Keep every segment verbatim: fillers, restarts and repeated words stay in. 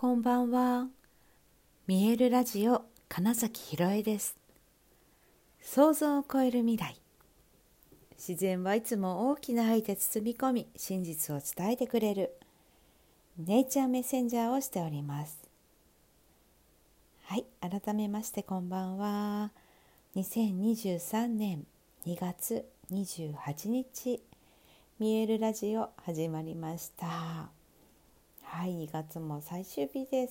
こんばんは。見えるラジオ金崎ひろえです。想像を超える未来。自然はいつも大きな愛で包み込み、真実を伝えてくれるネイチャーメッセンジャーをしております。はい、改めましてこんばんは。にせんにじゅうさんねんにがつにじゅうはちにち、見えるラジオ始まりました。はい、にがつも最終日です。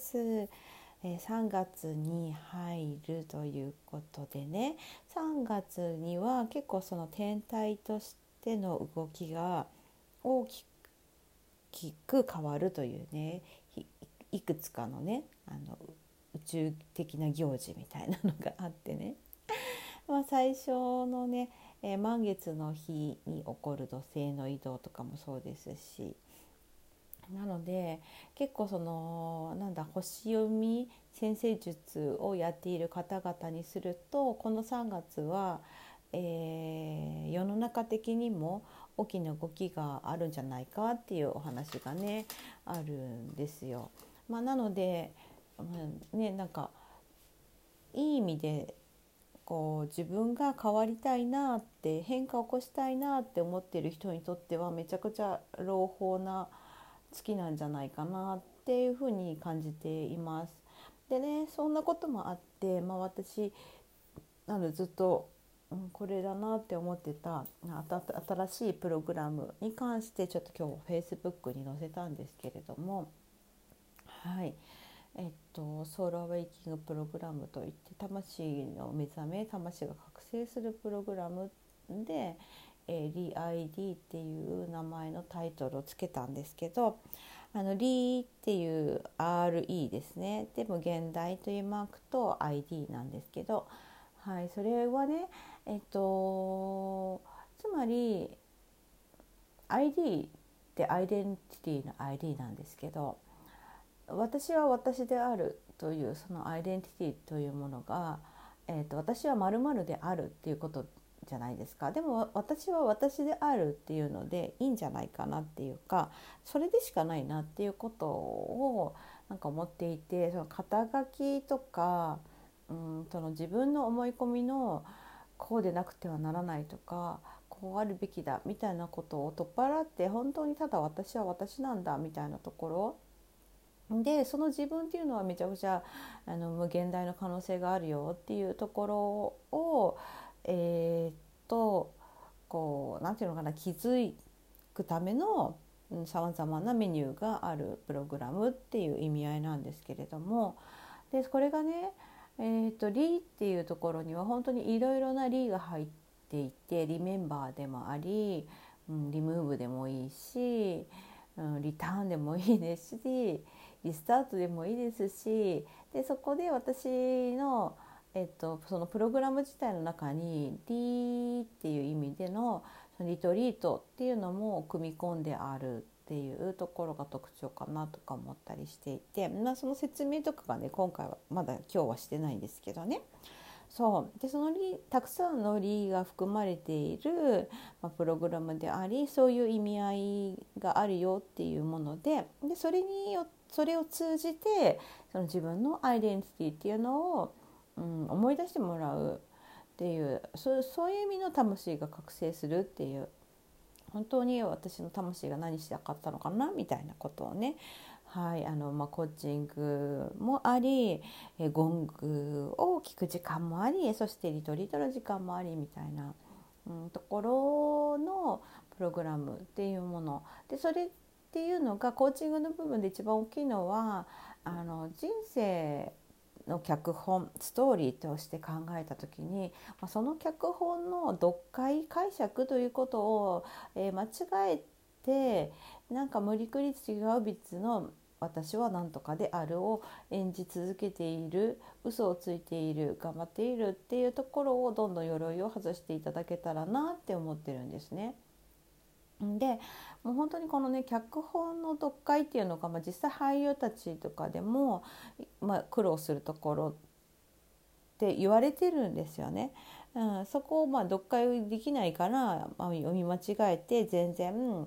さんがつに入るということでね、さんがつには結構その天体としての動きが大きく変わるというね、 い, いくつかのねあの宇宙的な行事みたいなのがあってね、まあ、最初のね、えー、満月の日に起こる土星の移動とかもそうですし、なので結構そのなんだ星読み占星術をやっている方々にすると、このさんがつは、えー、世の中的にも大きな動きがあるんじゃないかっていうお話がねあるんですよ。まあ、なので、うんね、なんかいい意味でこう自分が変わりたいなって変化を起こしたいなって思っている人にとってはめちゃくちゃ朗報な月なんじゃないかなっていうふうに感じています。でね、そんなこともあって、まあ、私なのでずっと、うん、これだなって思ってた新しいプログラムに関してちょっと今日 Facebook に載せたんですけれども、はいえっと、ソウルアウェイキングプログラムといって魂の目覚め、魂が覚醒するプログラムで、えー、リーアイディー っていう名前のタイトルをつけたんですけど、あのリーっていう アールイー ですね。でも現代というマークと アイディー なんですけど、はい、それはね、えっとつまり アイディー ってアイデンティティの アイディー なんですけど、私は私であるというそのアイデンティティというものが、えーと、私は〇〇であるっていうことじゃないですか。でも私は私であるっていうのでいいんじゃないかなっていうか、それでしかないなっていうことをなんか思っていて、その肩書きとか、うん、その自分の思い込みのこうでなくてはならないとか、こうあるべきだみたいなことを取っ払って、本当にただ私は私なんだみたいなところで、その自分っていうのはめちゃくちゃあの無限大の可能性があるよっていうところを、えー、っとこうなんていうのかな、気づくためのさまざまなメニューがあるプログラムっていう意味合いなんですけれども、でこれがね、えー、っとリーっていうところには本当にいろいろなリーが入っていて、リメンバーでもあり、うん、リムーブでもいいし、うん、リターンでもいいですし、リスタートでもいいですし、でそこで私の、えっと、そのプログラム自体の中にリっていう意味でのそのリトリートっていうのも組み込んであるっていうところが特徴かなとか思ったりしていて、まあ、その説明とかがね今回はまだ今日はしてないんですけどね。そうでそのリたくさんのリが含まれている、まあ、プログラムであり、そういう意味合いがあるよっていうもので、でそれによそれを通じてその自分のアイデンティティっていうのを、うん、思い出してもらうっていう、そう、そういう意味の魂が覚醒するっていう、本当に私の魂が何したかったのかなみたいなことをね、はいあのまあ、コーチングもあり、えゴングを聞く時間もあり、そしてリトリートの時間もありみたいな、うん、ところのプログラムっていうもので、それっていうのがコーチングの部分で一番大きいのは、あの人生の脚本ストーリーとして考えた時に、その脚本の読解解釈ということを、えー、間違えてなんか無理くり違う別の私は何とかであるを演じ続けている、嘘をついている、頑張っているっていうところをどんどん鎧を外していただけたらなって思ってるんですね。でもう本当にこのね脚本の読解っていうのが、まあ、実際俳優たちとかでも、まあ、苦労するところって言われてるんですよね。うん、そこをまあ読解できないから、まあ、読み間違えて全然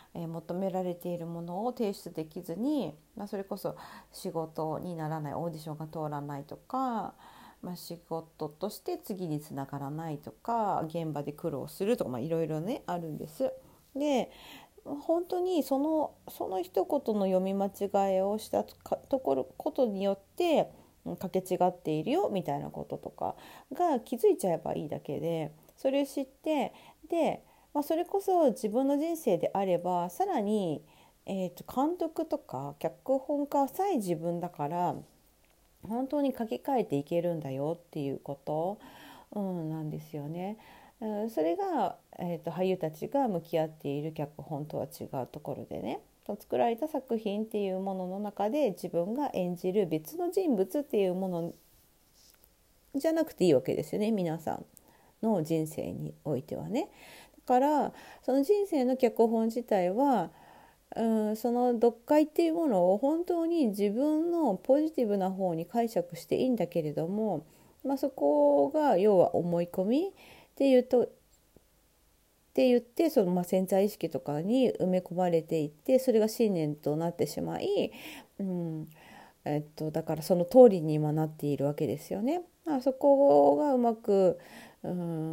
えー、求められているものを提出できずに、まあ、それこそ仕事にならない、オーディションが通らないとか、まあ、仕事として次につながらないとか、現場で苦労するとか、まあ、いろいろねあるんです。で本当にそのその一言の読み間違いをしたところことによってかけ違っているよみたいなこととかが気づいちゃえばいいだけで、それを知って、で、まあ、それこそ自分の人生であればさらに、えーと監督とか脚本家さえ自分だから本当に書き換えていけるんだよっていうこと、うん、なんですよね。うん、それが、えーと、俳優たちが向き合っている脚本とは違うところでね、作られた作品っていうものの中で自分が演じる別の人物っていうものじゃなくていいわけですよね、皆さんの人生においてはね。だからその人生の脚本自体は、うん、その読解っていうものを本当に自分のポジティブな方に解釈していいんだけれども、まあ、そこが要は思い込みっていうとって言ってその、まあ、潜在意識とかに埋め込まれていって、それが信念となってしまい、うんえっと、だからその通りに今なっているわけですよね。まあ、そこがうまく、うん、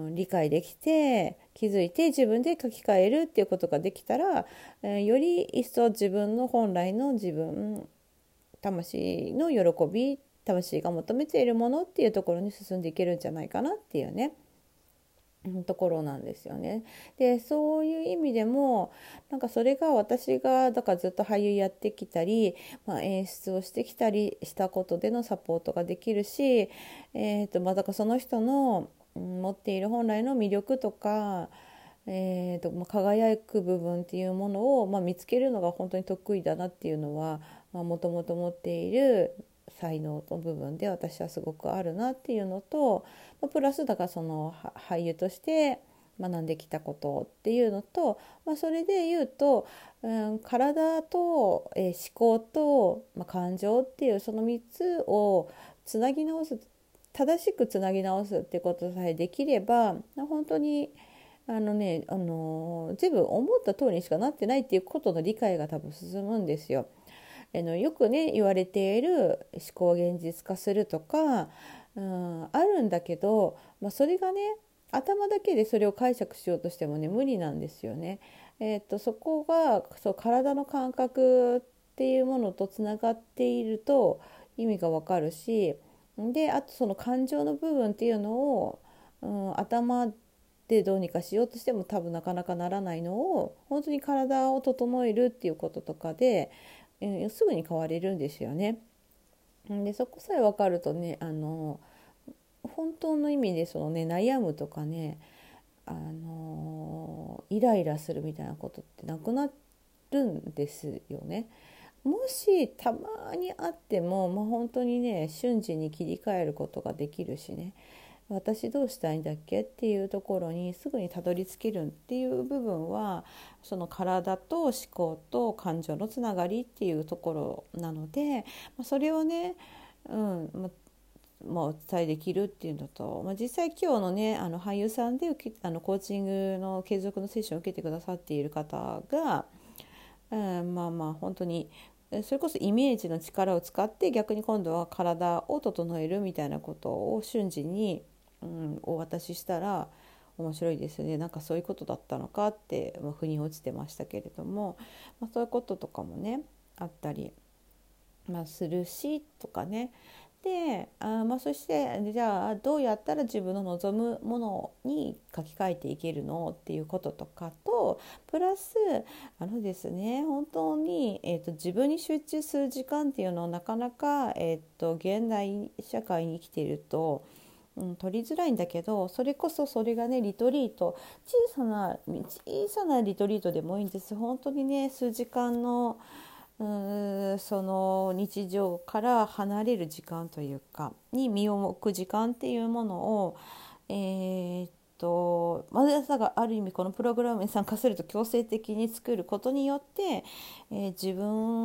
理解できて気づいて自分で書き換えるっていうことができたら、えーより一層自分の本来の自分、魂の喜び、魂が求めているものっていうところに進んでいけるんじゃないかなっていうね、ところなんですよね。でそういう意味でもなんかそれが私がだからずっと俳優やってきたり、まあ、演出をしてきたりしたことでのサポートができるし、えーとまあ、だからその人のうん持っている本来の魅力とか、えーとまあ、輝く部分っていうものを、まあ、見つけるのが本当に得意だなっていうのはもともと持っている才能の部分で私はすごくあるなっていうのと、まあ、プラスだからその俳優として学んできたことっていうのと、まあ、それで言うと、うん、体と、えー思考と、まあ、感情っていうそのみっつをつなぎ直す、正しくつなぎ直すっていうことさえできれば本当にあのね、あのー全部思った通りにしかなってないっていうことの理解が多分進むんですよ。あのよくね言われている思考を現実化するとか、うん、あるんだけど、まあ、それがね頭だけでそれを解釈しようとしてもね無理なんですよね。えー、とそこがそう体の感覚っていうものとつながっていると意味がわかるし、であとその感情の部分っていうのを、うん、頭でどうにかしようとしても多分なかなかならないのを本当に体を整えるっていうこととかで、えーすぐに変われるんですよね。でそこさえ分かるとね、あの本当の意味でそのね悩むとかね、あのイライラするみたいなことってなくなるんですよね。もしたまにあっても、まあ、本当にね瞬時に切り替えることができるしね、私どうしたいんだっけっていうところにすぐにたどり着けるっていう部分はその体と思考と感情のつながりっていうところなので、それをね、うんままあ、お伝えできるっていうのと、まあ、実際今日のねあの俳優さんで受けあのコーチングの継続のセッションを受けてくださっている方が、うん、まあまあ本当にそれこそイメージの力を使って逆に今度は体を整えるみたいなことを瞬時に、うん、お渡ししたら面白いですよね。なんかそういうことだったのかって、まあ、腑に落ちてましたけれども、まあ、そういうこととかもねあったり、まあ、するしとかね。であまあそしてじゃあどうやったら自分の望むものに書き換えていけるのっていうこととかとプラスあのですね本当に、えーと、自分に集中する時間っていうのをなかなか、えーと、現代社会に生きていると、うん、取りづらいんだけど、それこそそれがねリトリート、小さな小さなリトリートでもいいんです。本当にね数時間のうーんその日常から離れる時間というかに身を置く時間っていうものを、えーっとまずさがある意味このプログラムに参加すると強制的に作ることによって、えー自分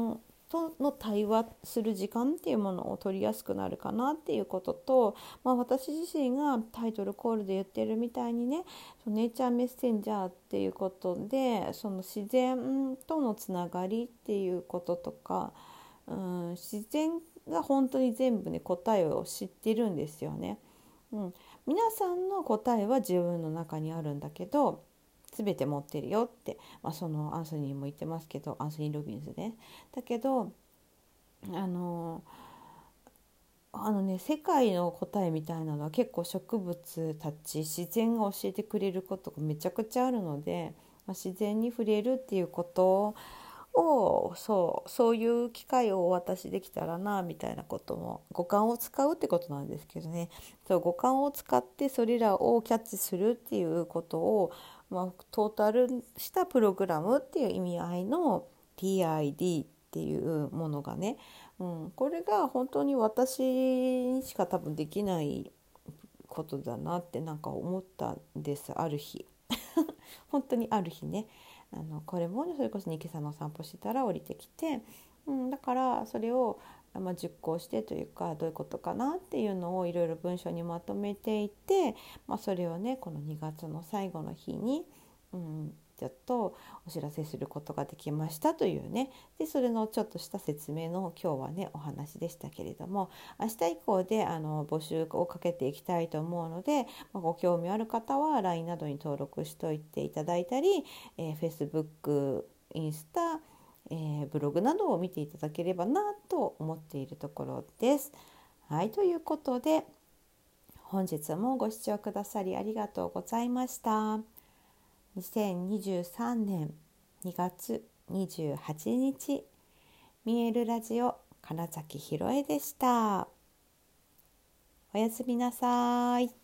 との対話する時間っていうものを取りやすくなるかなっていうことと、まあ、私自身がタイトルコールで言ってるみたいにね、ネイチャーメッセンジャーっていうことで、その自然とのつながりっていうこととか、うん、自然が本当に全部ね答えを知ってるんですよね。うん、皆さんの答えは自分の中にあるんだけど、全て持ってるよって、まあ、そのアンソニーも言ってますけど、アンソニー・ロビンズね。だけどあのあのね世界の答えみたいなのは結構植物たち自然が教えてくれることがめちゃくちゃあるので、まあ、自然に触れるっていうことをそうそういう機会をお渡しできたらなみたいなことも、五感を使うってことなんですけどね、そう五感を使ってそれらをキャッチするっていうことを、まあ、トータルしたプログラムっていう意味合いの ティーアイディー っていうものがね、うん、これが本当に私にしか多分できないことだなってなんか思ったんです、ある日本当にある日ね。あのこれもそれこそニキさんのお散歩してたら降りてきて、うん、だからそれを、まあ、熟考してというか、どういうことかなっていうのをいろいろ文章にまとめていて、まあ、それをねこのにがつの最後の日に、うん、ちょっとお知らせすることができましたというね。でそれのちょっとした説明の今日はねお話でしたけれども、明日以降であの募集をかけていきたいと思うので、まあ、ご興味ある方は ライン などに登録しておいていただいたり、えー、Facebook、インスタ、えー、ブログなどを見ていただければなと思っているところです。はい、ということで本日もご視聴くださりありがとうございました。にせんにじゅうさんねんにがつにじゅうはちにち、見えるラジオ金崎ひろえでした。おやすみなさい。